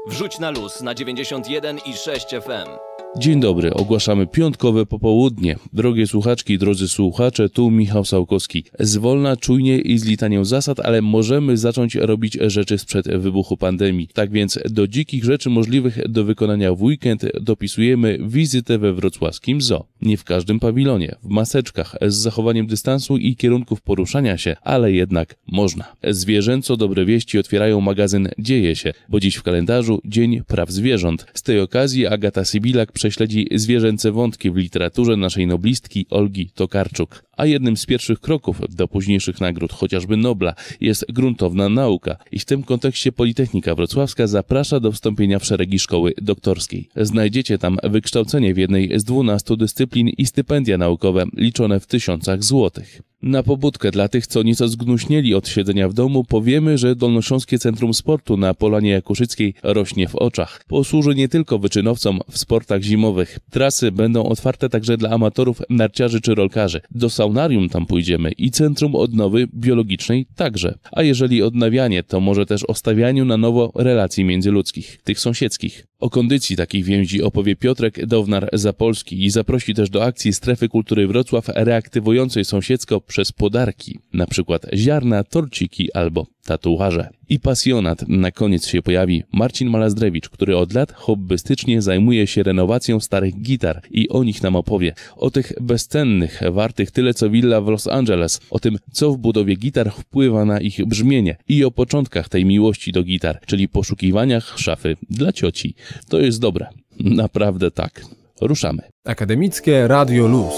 Wrzuć na luz na 91,6 FM. Dzień dobry, ogłaszamy piątkowe popołudnie. Drogie słuchaczki i drodzy słuchacze, tu Michał Sałkowski. Zwolna, czujnie i z litanią zasad, ale możemy zacząć robić rzeczy sprzed wybuchu pandemii. Tak więc do dzikich rzeczy możliwych do wykonania w weekend dopisujemy wizytę we wrocławskim zoo. Nie w każdym pawilonie, w maseczkach, z zachowaniem dystansu i kierunków poruszania się, ale jednak można. Zwierzęco dobre wieści otwierają magazyn Dzieje się, bo dziś w kalendarzu Dzień Praw Zwierząt. Z tej okazji Agata Sybilak prześledzi zwierzęce wątki w literaturze naszej noblistki Olgi Tokarczuk. A jednym z pierwszych kroków do późniejszych nagród, chociażby Nobla, jest gruntowna nauka. I w tym kontekście Politechnika Wrocławska zaprasza do wstąpienia w szeregi szkoły doktorskiej. Znajdziecie tam wykształcenie w jednej z 12 dyscyplin i stypendia naukowe liczone w tysiącach złotych. Na pobudkę dla tych, co nieco zgnuśnieli od siedzenia w domu, powiemy, że Dolnośląskie Centrum Sportu na Polanie Jakuszyckiej rośnie w oczach. Posłuży nie tylko wyczynowcom w sportach zimowych. Trasy będą otwarte także dla amatorów, narciarzy czy rolkarzy. Do saunarium tam pójdziemy i Centrum Odnowy Biologicznej także. A jeżeli odnawianie, to może też o stawianiu na nowo relacji międzyludzkich, tych sąsiedzkich. O kondycji takich więzi opowie Piotrek Downar-Zapolski i zaprosi też do akcji Strefy Kultury Wrocław reaktywującej sąsiedzko przez podarki, na przykład ziarna, torciki albo tatuaże. I pasjonat na koniec się pojawi Marcin Malazdrewicz, który od lat hobbystycznie zajmuje się renowacją starych gitar i o nich nam opowie. O tych bezcennych, wartych tyle co willa w Los Angeles, o tym, co w budowie gitar wpływa na ich brzmienie i o początkach tej miłości do gitar, czyli poszukiwaniach szafy dla cioci. To jest dobre. Naprawdę tak. Ruszamy. Akademickie Radio Luz.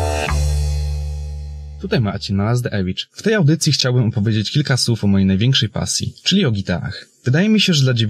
Tutaj Marcin Malazdrewicz. W tej audycji chciałbym opowiedzieć kilka słów o mojej największej pasji, czyli o gitarach. Wydaje mi się, że dla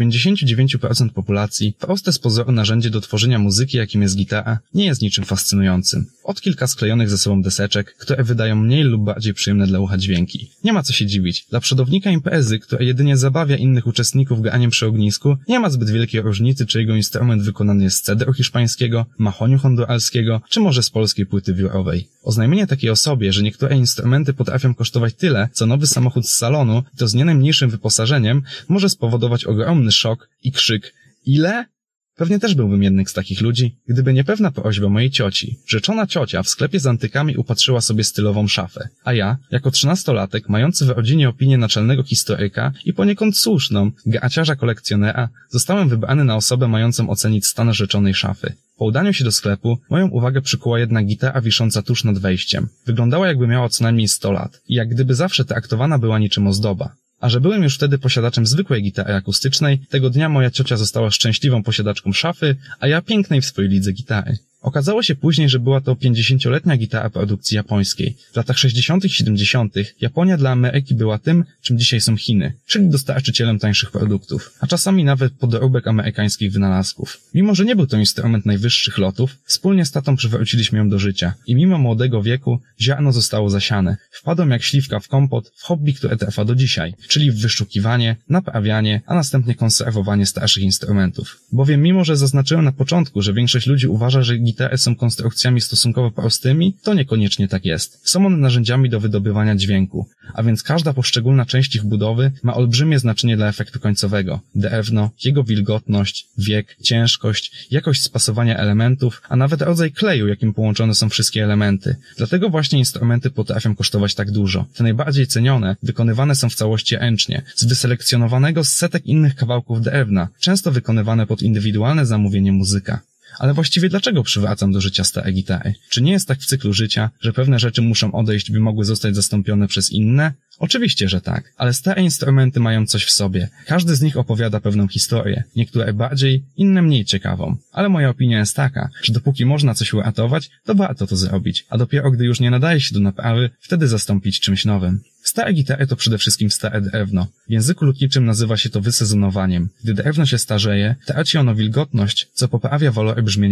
99% populacji proste z pozoru narzędzie do tworzenia muzyki, jakim jest gitara, nie jest niczym fascynującym. Od kilka sklejonych ze sobą deseczek, które wydają mniej lub bardziej przyjemne dla ucha dźwięki. Nie ma co się dziwić. Dla przodownika imprezy, która jedynie zabawia innych uczestników graniem przy ognisku, nie ma zbyt wielkiej różnicy, czy jego instrument wykonany jest z cedru hiszpańskiego, mahoniu honduralskiego, czy może z polskiej płyty wiórowej. Oznajmienie takiej osobie, że niektóre instrumenty potrafią kosztować tyle, co nowy samochód z salonu, i to z nie najmniejszym wyposażeniem, może spowodować ogromny szok i krzyk. Ile? Pewnie też byłbym jednym z takich ludzi, gdyby nie pewna prośba mojej cioci. Rzeczona ciocia w sklepie z antykami upatrzyła sobie stylową szafę, a ja, jako 13-latek, mający w rodzinie opinię naczelnego historyka i poniekąd słuszną, graciarza kolekcjonera, zostałem wybrany na osobę mającą ocenić stan rzeczonej szafy. Po udaniu się do sklepu, moją uwagę przykuła jednak gitara wisząca tuż nad wejściem. Wyglądała, jakby miała co najmniej 100 lat i jak gdyby zawsze traktowana była niczym ozdoba. A że byłem już wtedy posiadaczem zwykłej gitary akustycznej, tego dnia moja ciocia została szczęśliwą posiadaczką szafy, a ja pięknej w swojej lidze gitary. Okazało się później, że była to 50-letnia gitara produkcji japońskiej. W latach 60. i 70. Japonia dla Ameryki była tym, czym dzisiaj są Chiny, czyli dostarczycielem tańszych produktów, a czasami nawet podróbek amerykańskich wynalazków. Mimo że nie był to instrument najwyższych lotów, wspólnie z tatą przywróciliśmy ją do życia i mimo młodego wieku ziarno zostało zasiane. Wpadłem jak śliwka w kompot w hobby, które trwa do dzisiaj, czyli w wyszukiwanie, naprawianie, a następnie konserwowanie starszych instrumentów. Bowiem mimo, że zaznaczyłem na początku, że większość ludzi uważa, że gitary są konstrukcjami stosunkowo prostymi, to niekoniecznie tak jest. Są one narzędziami do wydobywania dźwięku, a więc każda poszczególna część ich budowy ma olbrzymie znaczenie dla efektu końcowego. Drewno, jego wilgotność, wiek, ciężkość, jakość spasowania elementów, a nawet rodzaj kleju, jakim połączone są wszystkie elementy. Dlatego właśnie instrumenty potrafią kosztować tak dużo. Te najbardziej cenione wykonywane są w całości ręcznie, z wyselekcjonowanego z setek innych kawałków drewna, często wykonywane pod indywidualne zamówienie muzyka. Ale właściwie dlaczego przywracam do życia stare gitary? Czy nie jest tak w cyklu życia, że pewne rzeczy muszą odejść, by mogły zostać zastąpione przez inne? Oczywiście, że tak, ale stare instrumenty mają coś w sobie. Każdy z nich opowiada pewną historię, niektóre bardziej, inne mniej ciekawą. Ale moja opinia jest taka, że dopóki można coś uratować, to warto to zrobić, a dopiero gdy już nie nadaje się do naprawy, wtedy zastąpić czymś nowym. Stare gitary to przede wszystkim stare drewno. W języku lutniczym nazywa się to wysezonowaniem. Gdy drewno się starzeje, traci ono wilgotność, co poprawia walory brzmieniowe.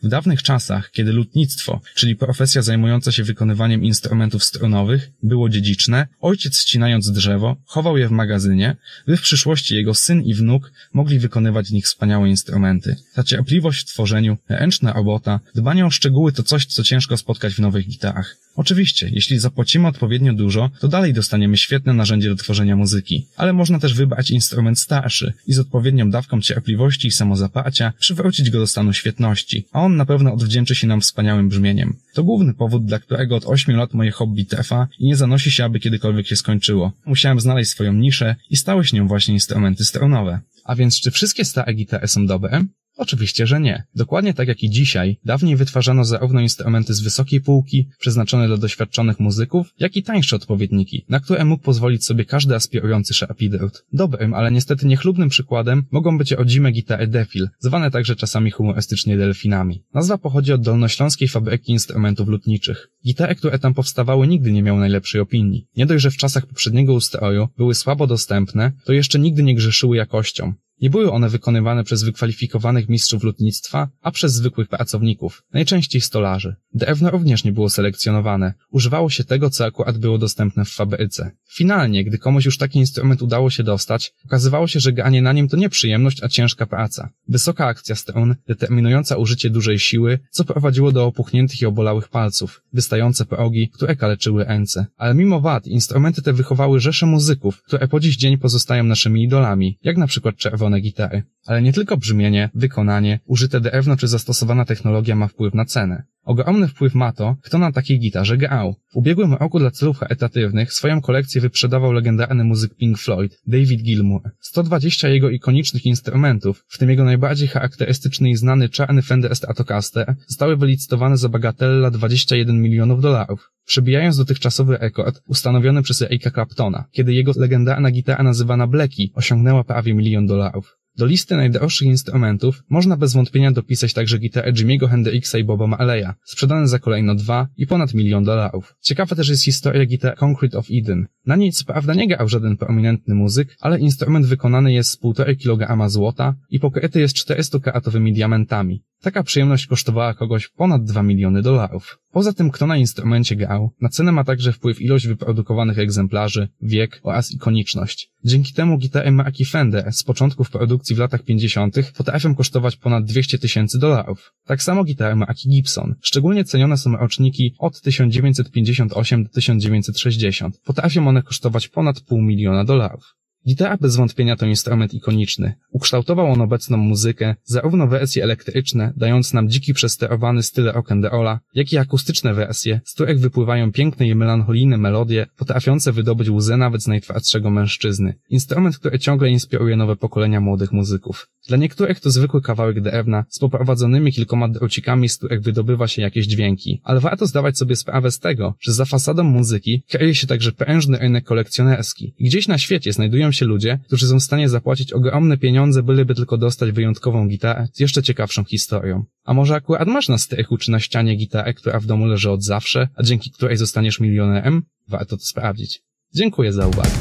W dawnych czasach, kiedy lutnictwo, czyli profesja zajmująca się wykonywaniem instrumentów strunowych, było dziedziczne, ojciec ścinając drzewo, chował je w magazynie, by w przyszłości jego syn i wnuk mogli wykonywać z nich wspaniałe instrumenty. Ta cierpliwość w tworzeniu, ręczna robota, dbanie o szczegóły to coś, co ciężko spotkać w nowych gitarach. Oczywiście, jeśli zapłacimy odpowiednio dużo, to dalej dostaniemy świetne narzędzie do tworzenia muzyki, ale można też wybrać instrument starszy i z odpowiednią dawką cierpliwości i samozaparcia przywrócić go do stanu świetności, a on na pewno odwdzięczy się nam wspaniałym brzmieniem. To główny powód, dla którego od 8 lat moje hobby trwa i nie zanosi się, aby kiedykolwiek się skończyło. Musiałem znaleźć swoją niszę i stały się nią właśnie instrumenty strunowe. A więc czy wszystkie stare gitary są dobre? Oczywiście, że nie. Dokładnie tak jak i dzisiaj, dawniej wytwarzano zarówno instrumenty z wysokiej półki, przeznaczone dla doświadczonych muzyków, jak i tańsze odpowiedniki, na które mógł pozwolić sobie każdy aspirujący szarpidrut. Dobrym, ale niestety niechlubnym przykładem mogą być rodzime gitary Defil, zwane także czasami humorystycznie delfinami. Nazwa pochodzi od dolnośląskiej fabryki instrumentów lutniczych. Gitary, które tam powstawały, nigdy nie miały najlepszej opinii. Nie dość, że w czasach poprzedniego ustroju były słabo dostępne, to jeszcze nigdy nie grzeszyły jakością. Nie były one wykonywane przez wykwalifikowanych mistrzów lutnictwa, a przez zwykłych pracowników, najczęściej stolarzy. Drewno również nie było selekcjonowane, używało się tego, co akurat było dostępne w fabryce. Finalnie, gdy komuś już taki instrument udało się dostać, okazywało się, że granie na nim to nie przyjemność, a ciężka praca. Wysoka akcja strun, determinująca użycie dużej siły, co prowadziło do opuchniętych i obolałych palców, wystające progi, które kaleczyły ręce. Ale mimo wad, instrumenty te wychowały rzesze muzyków, które po dziś dzień pozostają naszymi idolami, jak na przykład czerwone gitary. Ale nie tylko brzmienie, wykonanie, użyte drewno czy zastosowana technologia ma wpływ na cenę. Ogromny wpływ ma to, kto na takiej gitarze grał. W ubiegłym roku dla celów charytatywnych swoją kolekcję wyprzedawał legendarny muzyk Pink Floyd, David Gilmour. 120 jego ikonicznych instrumentów, w tym jego najbardziej charakterystyczny i znany czarny Fender Stratocaster, zostały wylicytowane za bagatella $21 milionów. Przebijając dotychczasowy rekord ustanowiony przez Erika Claptona, kiedy jego legendarna gitara nazywana Blackie osiągnęła prawie $1 milion. Do listy najdroższych instrumentów można bez wątpienia dopisać także gitarę Jimiego Hendrixa i Boba Marleya, sprzedane za kolejno $2 i ponad $1 milion. Ciekawa też jest historia gitary Concrete of Eden. Na niej co prawda nie grał żaden prominentny muzyk, ale instrument wykonany jest z 1,5 kg złota i pokryty jest 400-karatowymi diamentami. Taka przyjemność kosztowała kogoś ponad $2 miliony. Poza tym, kto na instrumencie grał, na cenę ma także wpływ ilość wyprodukowanych egzemplarzy, wiek oraz ikoniczność. Dzięki temu gitary marki Fender z początków produkcji w latach 50. potrafią kosztować ponad $200,000. Tak samo gitary marki Gibson. Szczególnie cenione są roczniki od 1958 do 1960. Potrafią one kosztować ponad $500 miliona. Gitara bez wątpienia to instrument ikoniczny. Ukształtował on obecną muzykę, zarówno wersje elektryczne, dając nam dziki przesterowany styl rock'n'rolla, jak i akustyczne wersje, z których wypływają piękne i melancholijne melodie, potrafiące wydobyć łzę nawet z najtwardszego mężczyzny. Instrument, który ciągle inspiruje nowe pokolenia młodych muzyków. Dla niektórych to zwykły kawałek drewna z poprowadzonymi kilkoma drocikami, z których wydobywa się jakieś dźwięki. Ale warto zdawać sobie sprawę z tego, że za fasadą muzyki kryje się także prężny rynek kolekcjonerski. I gdzieś na świecie znajdują się ludzie, którzy są w stanie zapłacić ogromne pieniądze, byleby tylko dostać wyjątkową gitarę z jeszcze ciekawszą historią. A może akurat masz na strychu czy na ścianie gitarę, która w domu leży od zawsze, a dzięki której zostaniesz milionerem? Warto to sprawdzić. Dziękuję za uwagę.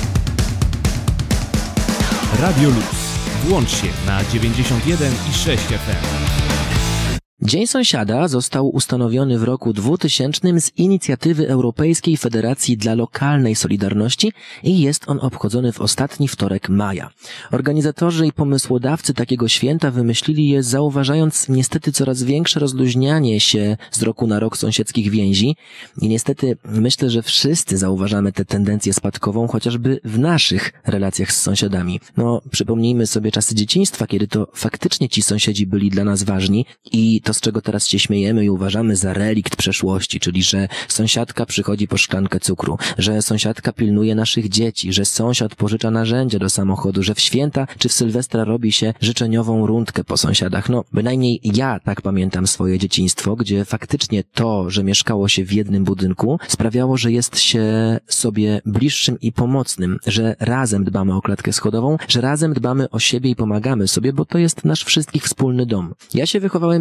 Radio Luz. Włącz się na 91,6 FM. Dzień Sąsiada został ustanowiony w roku 2000 z inicjatywy Europejskiej Federacji dla Lokalnej Solidarności i jest on obchodzony w ostatni wtorek maja. Organizatorzy i pomysłodawcy takiego święta wymyślili je, zauważając niestety coraz większe rozluźnianie się z roku na rok sąsiedzkich więzi i niestety myślę, że wszyscy zauważamy tę tendencję spadkową, chociażby w naszych relacjach z sąsiadami. Przypomnijmy sobie czasy dzieciństwa, kiedy to faktycznie ci sąsiedzi byli dla nas ważni i to, z czego teraz się śmiejemy i uważamy za relikt przeszłości, czyli że sąsiadka przychodzi po szklankę cukru, że sąsiadka pilnuje naszych dzieci, że sąsiad pożycza narzędzia do samochodu, że w święta czy w Sylwestra robi się życzeniową rundkę po sąsiadach. Bynajmniej ja tak pamiętam swoje dzieciństwo, gdzie faktycznie to, że mieszkało się w jednym budynku, sprawiało, że jest się sobie bliższym i pomocnym, że razem dbamy o klatkę schodową, że razem dbamy o siebie i pomagamy sobie, bo to jest nasz wszystkich wspólny dom. Ja się wychowałem w mieście,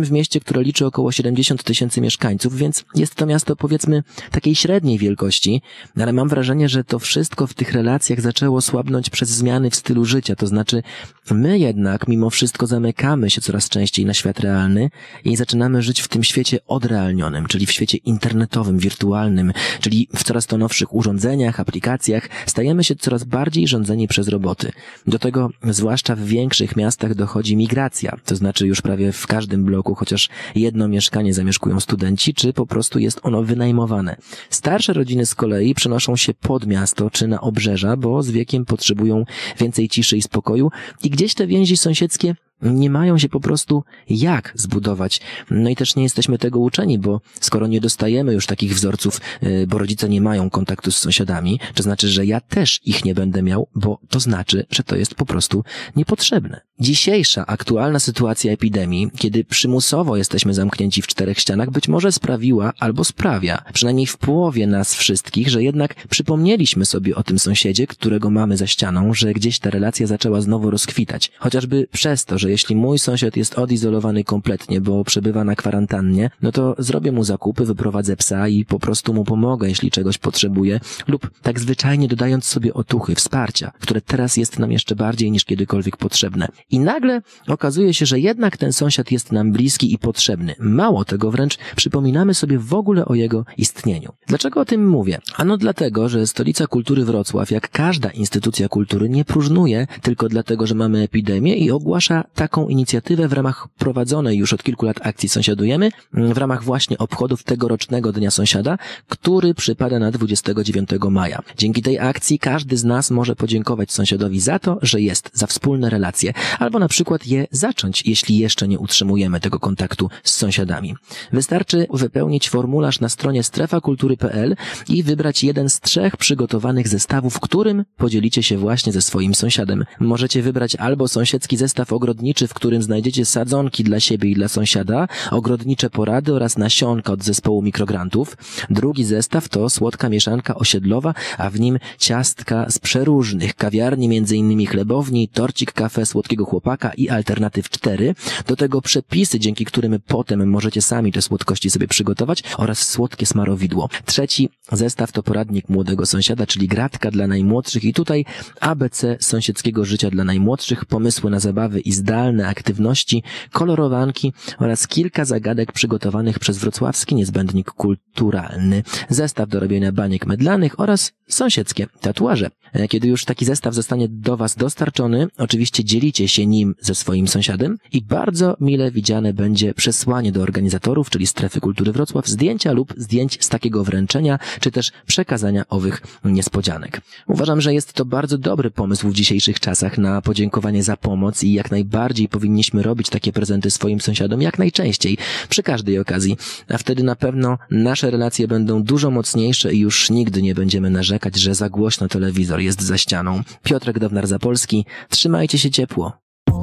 które liczy około 70 000 mieszkańców, więc jest to miasto, powiedzmy, takiej średniej wielkości, ale mam wrażenie, że to wszystko w tych relacjach zaczęło słabnąć przez zmiany w stylu życia, to znaczy my jednak mimo wszystko zamykamy się coraz częściej na świat realny i zaczynamy żyć w tym świecie odrealnionym, czyli w świecie internetowym, wirtualnym, czyli w coraz to nowszych urządzeniach, aplikacjach, stajemy się coraz bardziej rządzeni przez roboty. Do tego, zwłaszcza w większych miastach, dochodzi migracja, to znaczy już prawie w każdym bloku chociaż jedno mieszkanie zamieszkują studenci, czy po prostu jest ono wynajmowane. Starsze rodziny z kolei przenoszą się pod miasto czy na obrzeża, bo z wiekiem potrzebują więcej ciszy i spokoju i gdzieś te więzi sąsiedzkie nie mają się po prostu jak zbudować. No i też nie jesteśmy tego uczeni, bo skoro nie dostajemy już takich wzorców, bo rodzice nie mają kontaktu z sąsiadami, to znaczy, że ja też ich nie będę miał, bo to znaczy, że to jest po prostu niepotrzebne. Dzisiejsza aktualna sytuacja epidemii, kiedy przymusowo jesteśmy zamknięci w 4 ścianach, być może sprawiła albo sprawia, przynajmniej w połowie nas wszystkich, że jednak przypomnieliśmy sobie o tym sąsiedzie, którego mamy za ścianą, że gdzieś ta relacja zaczęła znowu rozkwitać. Chociażby przez to, że jeśli mój sąsiad jest odizolowany kompletnie, bo przebywa na kwarantannie, no to zrobię mu zakupy, wyprowadzę psa i po prostu mu pomogę, jeśli czegoś potrzebuje, lub tak zwyczajnie dodając sobie otuchy, wsparcia, które teraz jest nam jeszcze bardziej niż kiedykolwiek potrzebne. I nagle okazuje się, że jednak ten sąsiad jest nam bliski i potrzebny. Mało tego, wręcz przypominamy sobie w ogóle o jego istnieniu. Dlaczego o tym mówię? Ano dlatego, że Stolica Kultury Wrocław, jak każda instytucja kultury, nie próżnuje tylko dlatego, że mamy epidemię i ogłasza taką inicjatywę w ramach prowadzonej już od kilku lat akcji Sąsiadujemy, w ramach właśnie obchodów tegorocznego Dnia Sąsiada, który przypada na 29 maja. Dzięki tej akcji każdy z nas może podziękować sąsiadowi za to, że jest, za wspólne relacje, albo na przykład je zacząć, jeśli jeszcze nie utrzymujemy tego kontaktu z sąsiadami. Wystarczy wypełnić formularz na stronie strefakultury.pl i wybrać jeden z 3 przygotowanych zestawów, którym podzielicie się właśnie ze swoim sąsiadem. Możecie wybrać albo sąsiedzki zestaw ogrodniczy, w którym znajdziecie sadzonki dla siebie i dla sąsiada, ogrodnicze porady oraz nasionka od zespołu mikrograntów. Drugi zestaw to słodka mieszanka osiedlowa, a w nim ciastka z przeróżnych kawiarni, m.in. Chlebowni, Torcik Cafe, Słodkiego Chłopaka i Alternatyw 4. Do tego przepisy, dzięki którym potem możecie sami te słodkości sobie przygotować oraz słodkie smarowidło. Trzeci zestaw to poradnik młodego sąsiada, czyli gratka dla najmłodszych i tutaj ABC sąsiedzkiego życia dla najmłodszych, pomysły na zabawy i zdalne aktywności, kolorowanki oraz kilka zagadek przygotowanych przez wrocławski niezbędnik kulturalny, zestaw do robienia baniek mydlanych oraz sąsiedzkie tatuaże. Kiedy już taki zestaw zostanie do Was dostarczony, oczywiście dzielicie się nim ze swoim sąsiadem i bardzo mile widziane będzie przesłanie do organizatorów, czyli Strefy Kultury Wrocław, zdjęcia lub zdjęć z takiego wręczenia, czy też przekazania owych niespodzianek. Uważam, że jest to bardzo dobry pomysł w dzisiejszych czasach na podziękowanie za pomoc i jak najbardziej powinniśmy robić takie prezenty swoim sąsiadom jak najczęściej, przy każdej okazji, a wtedy na pewno nasze relacje będą dużo mocniejsze i już nigdy nie będziemy narzekać, że za głośno telewizor jest za ścianą. Piotrek Downar-Zapolski, trzymajcie się ciepło.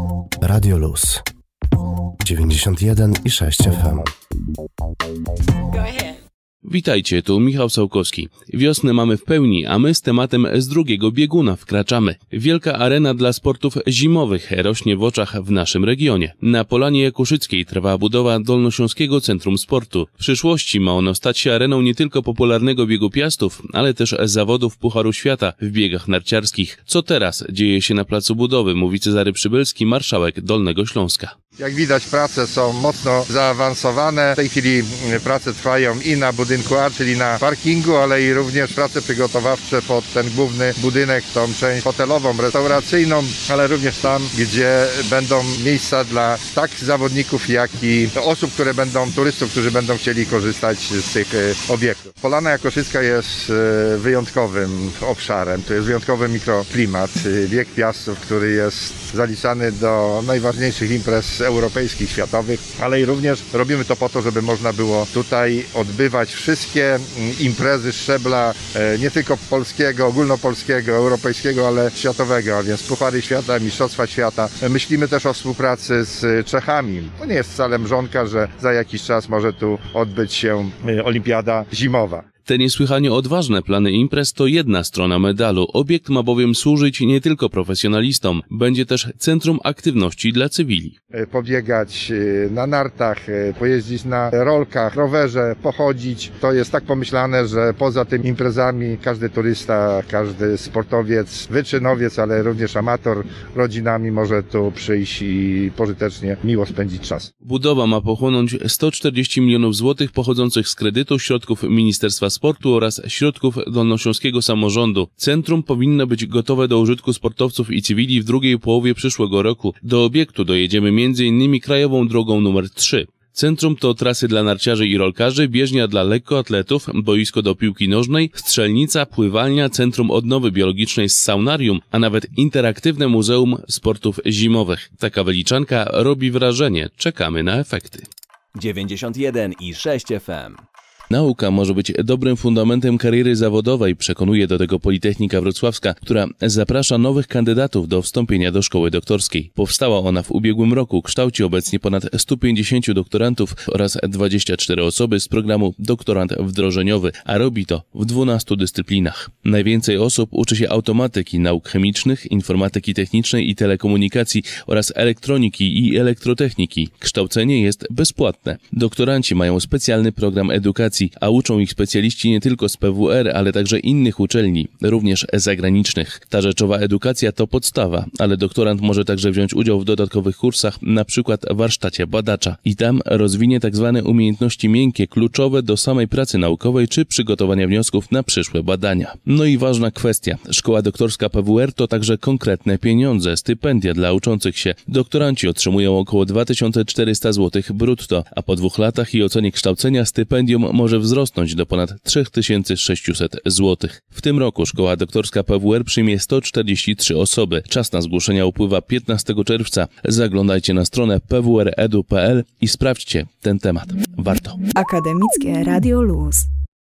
Radio Luz 91,6 FM. Witajcie, tu Michał Sałkowski. Wiosnę mamy w pełni, a my z tematem z drugiego bieguna wkraczamy. Wielka arena dla sportów zimowych rośnie w oczach w naszym regionie. Na Polanie Jakuszyckiej trwa budowa Dolnośląskiego Centrum Sportu. W przyszłości ma ono stać się areną nie tylko popularnego biegu piastów, ale też zawodów Pucharu Świata w biegach narciarskich. Co teraz dzieje się na placu budowy, mówi Cezary Przybylski, marszałek Dolnego Śląska. Jak widać, prace są mocno zaawansowane. W tej chwili prace trwają i na budynku A, czyli na parkingu, ale i również prace przygotowawcze pod ten główny budynek, tą część hotelową, restauracyjną, ale również tam, gdzie będą miejsca dla tak zawodników, jak i osób, turystów, którzy będą chcieli korzystać z tych obiektów. Polana Jakoszycka jest wyjątkowym obszarem, to jest wyjątkowy mikroklimat, bieg piastów, który jest zaliczany do najważniejszych imprez europejskich, światowych, ale i również robimy to po to, żeby można było tutaj odbywać wszystkie imprezy szczebla nie tylko polskiego, ogólnopolskiego, europejskiego, ale światowego, a więc Puchary Świata, Mistrzostwa Świata. Myślimy też o współpracy z Czechami. To nie jest wcale mrzonka, że za jakiś czas może tu odbyć się Olimpiada Zimowa. Te niesłychanie odważne plany imprez to jedna strona medalu. Obiekt ma bowiem służyć nie tylko profesjonalistom, będzie też centrum aktywności dla cywili. Pobiegać na nartach, pojeździć na rolkach, rowerze, pochodzić. To jest tak pomyślane, że poza tymi imprezami każdy turysta, każdy sportowiec, wyczynowiec, ale również amator rodzinami może tu przyjść i pożytecznie, miło spędzić czas. Budowa ma pochłonąć 140 milionów złotych pochodzących z kredytu, środków Ministerstwa Sportu oraz środków dolnośląskiego samorządu. Centrum powinno być gotowe do użytku sportowców i cywili w drugiej połowie przyszłego roku. Do obiektu dojedziemy m.in. krajową drogą numer 3. Centrum to trasy dla narciarzy i rolkarzy, bieżnia dla lekkoatletów, boisko do piłki nożnej, strzelnica, pływalnia, centrum odnowy biologicznej z saunarium, a nawet interaktywne muzeum sportów zimowych. Taka wyliczanka robi wrażenie. Czekamy na efekty. 91,6 FM. Nauka może być dobrym fundamentem kariery zawodowej, przekonuje do tego Politechnika Wrocławska, która zaprasza nowych kandydatów do wstąpienia do szkoły doktorskiej. Powstała ona w ubiegłym roku, kształci obecnie ponad 150 doktorantów oraz 24 osoby z programu Doktorant Wdrożeniowy, a robi to w 12 dyscyplinach. Najwięcej osób uczy się automatyki, nauk chemicznych, informatyki technicznej i telekomunikacji oraz elektroniki i elektrotechniki. Kształcenie jest bezpłatne. Doktoranci mają specjalny program edukacji, a uczą ich specjaliści nie tylko z PWR, ale także innych uczelni, również zagranicznych. Ta rzeczowa edukacja to podstawa, ale doktorant może także wziąć udział w dodatkowych kursach, na przykład w warsztacie badacza. I tam rozwinie tzw. umiejętności miękkie, kluczowe do samej pracy naukowej czy przygotowania wniosków na przyszłe badania. No i ważna kwestia. Szkoła doktorska PWR to także konkretne pieniądze, stypendia dla uczących się. Doktoranci otrzymują około 2400 zł brutto, a po 2 latach i ocenie kształcenia stypendium może wzrosnąć do ponad 3600 zł. W tym roku szkoła doktorska PWR przyjmie 143 osoby. Czas na zgłoszenia upływa 15 czerwca. Zaglądajcie na stronę pwredu.pl i sprawdźcie ten temat. Warto. Akademickie Radio Luz.